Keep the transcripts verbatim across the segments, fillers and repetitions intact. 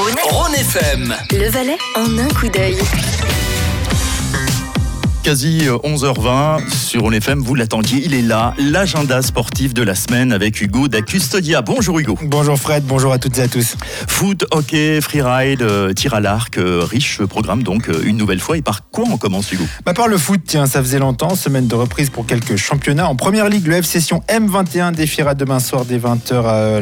Rhône, Rhône F M. Le Valais en un coup d'œil. Quasi onze heures vingt sur Rhône F M, vous l'attendiez, il est là, l'agenda sportif de la semaine avec Hugo da Custodia. Bonjour Hugo. Bonjour Fred, bonjour à toutes et à tous. Foot, hockey, freeride, euh, tir à l'arc, euh, riche programme donc euh, une nouvelle fois. Et par quoi on commence Hugo ? Bah par le foot, tiens, ça faisait longtemps, semaine de reprise pour quelques championnats. En première ligue, le F C Sion M vingt et un défiera demain soir dès vingt heures euh,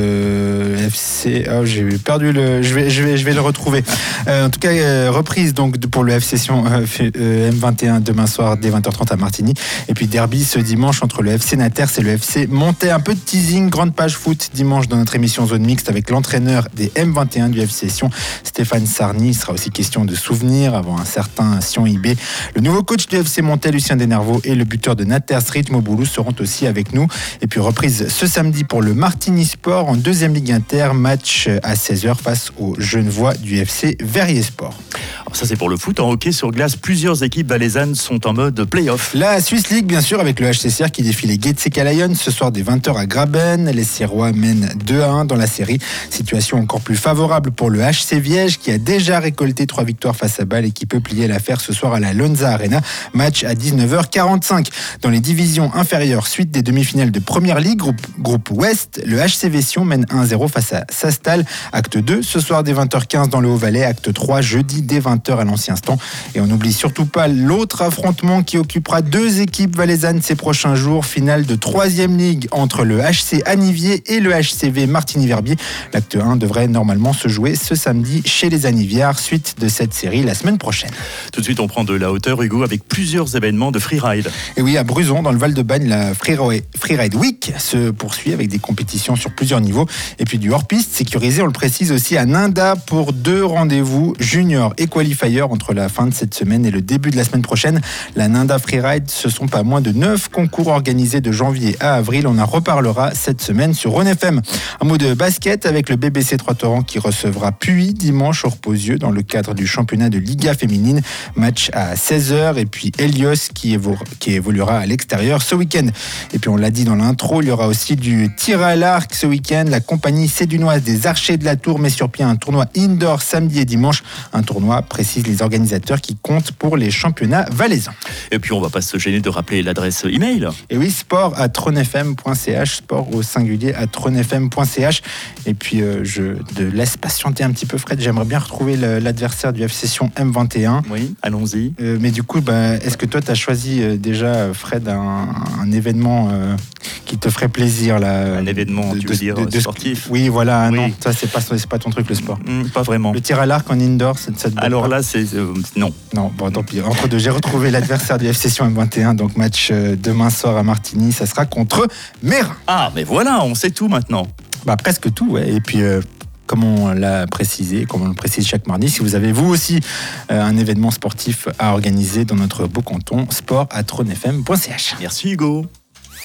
le F C... Oh, j'ai perdu le... Je vais, je vais, je vais le retrouver. Euh, en tout cas, euh, reprise donc pour le F C Sion euh, euh, M vingt et un demain soir dès vingt heures trente à Martigny. Et puis derby ce dimanche entre le F C Nanterre et le F C Montais. Un peu de teasing, grande page foot dimanche dans notre émission Zone Mixte avec l'entraîneur des M vingt et un du F C Sion, Stéphane Sarny. Il sera aussi question de souvenirs avant un certain Sion I B. Le nouveau coach du F C Montais, Lucien Denervaux, et le buteur de Nanterre, Rythme Boulou, seront aussi avec nous. Et puis reprise ce samedi pour le Martigny Sport en deuxième ligue inter, match à seize heures face aux Genevois du F C Verrier Sport. Alors ça c'est pour le foot. En hockey sur glace, plusieurs équipes valaisannes sont en mode play-off. La Swiss League, bien sûr, avec le H C C R qui défie les Getseka Lions ce soir dès vingt heures à Graben. Les Serrois mènent deux à un dans la série. Situation encore plus favorable pour le H C Viège qui a déjà récolté trois victoires face à Bâle et qui peut plier l'affaire ce soir à la Lonza Arena. Match à dix-neuf heures quarante-cinq. Dans les divisions inférieures, suite des demi-finales de Première Ligue, groupe, groupe Ouest, le H C V Sion mène un à zéro face à Sastal. Acte deux, ce soir dès vingt heures quinze dans le Haut-Valais. Acte trois, jeudi dès vingt heures à l'Ancien Stand. Et on n'oublie surtout pas l'autre affrontement qui occupera deux équipes valaisannes ces prochains jours. Finale de troisième ligue entre le H C Anivier et le H C V Martigny-Verbier. L'acte un devrait normalement se jouer ce samedi chez les Aniviards. Suite de cette série la semaine prochaine. Tout de suite on prend de la hauteur Hugo avec plusieurs événements de freeride. Et oui, à Bruzon, dans le Val-de-Bagne, la Freeride Week se poursuit avec des compétitions sur plusieurs niveaux. Et puis du hors-piste sécurisé, on le précise aussi à Ninda pour deux rendez-vous junior et qualifier entre la fin de cette semaine et le début de la semaine prochaine. La Ninda Freeride, ce sont pas moins de neuf concours organisés de janvier à avril. On en reparlera cette semaine sur Rhône F M. Un mot de basket avec le B B C Trois-Torrents qui recevra Puy dimanche au Reposieux dans le cadre du championnat de Liga féminine. Match à seize heures et puis Helios qui, évo- qui évoluera à l'extérieur ce week-end. Et puis on l'a dit dans l'intro, il y aura aussi du tir à l'arc ce week-end. La compagnie sédunoise des Archers de la Tour met sur pied un tournoi indoor samedi et dimanche. Un tournoi, précisent les organisateurs, qui compte pour les championnats valaisans. Et puis on va pas se gêner de rappeler l'adresse email. Et oui, sport à rhônefm point c h, sport au singulier à rhônefm point c h. Et puis euh, je te laisse patienter un petit peu Fred, j'aimerais bien retrouver le, l'adversaire du F C Sion M vingt et un. Oui, allons-y. Euh, mais du coup, bah, est-ce que toi tu as choisi euh, déjà Fred un, un événement euh, qui te ferait plaisir là, Un événement, de, tu de, veux dire de, de, sportif. Oui, voilà, Oui. non, ça c'est pas, c'est pas ton truc le sport. Mmh, pas vraiment. Le tir à l'arc en indoor, ça, ça te botte Alors pas? là, c'est euh, non. Non, bon, tant pis. Entre deux, j'ai retrouvé l'adversaire du F C Sion M vingt et un, donc match euh, demain soir à Martigny, ça sera contre Mérin. Ah, mais voilà, on sait tout maintenant. Bah, presque tout, ouais. Et puis, euh, comme on l'a précisé, comme on le précise chaque mardi, si vous avez vous aussi euh, un événement sportif à organiser dans notre beau canton, sport à rhônefm point c h. Merci Hugo.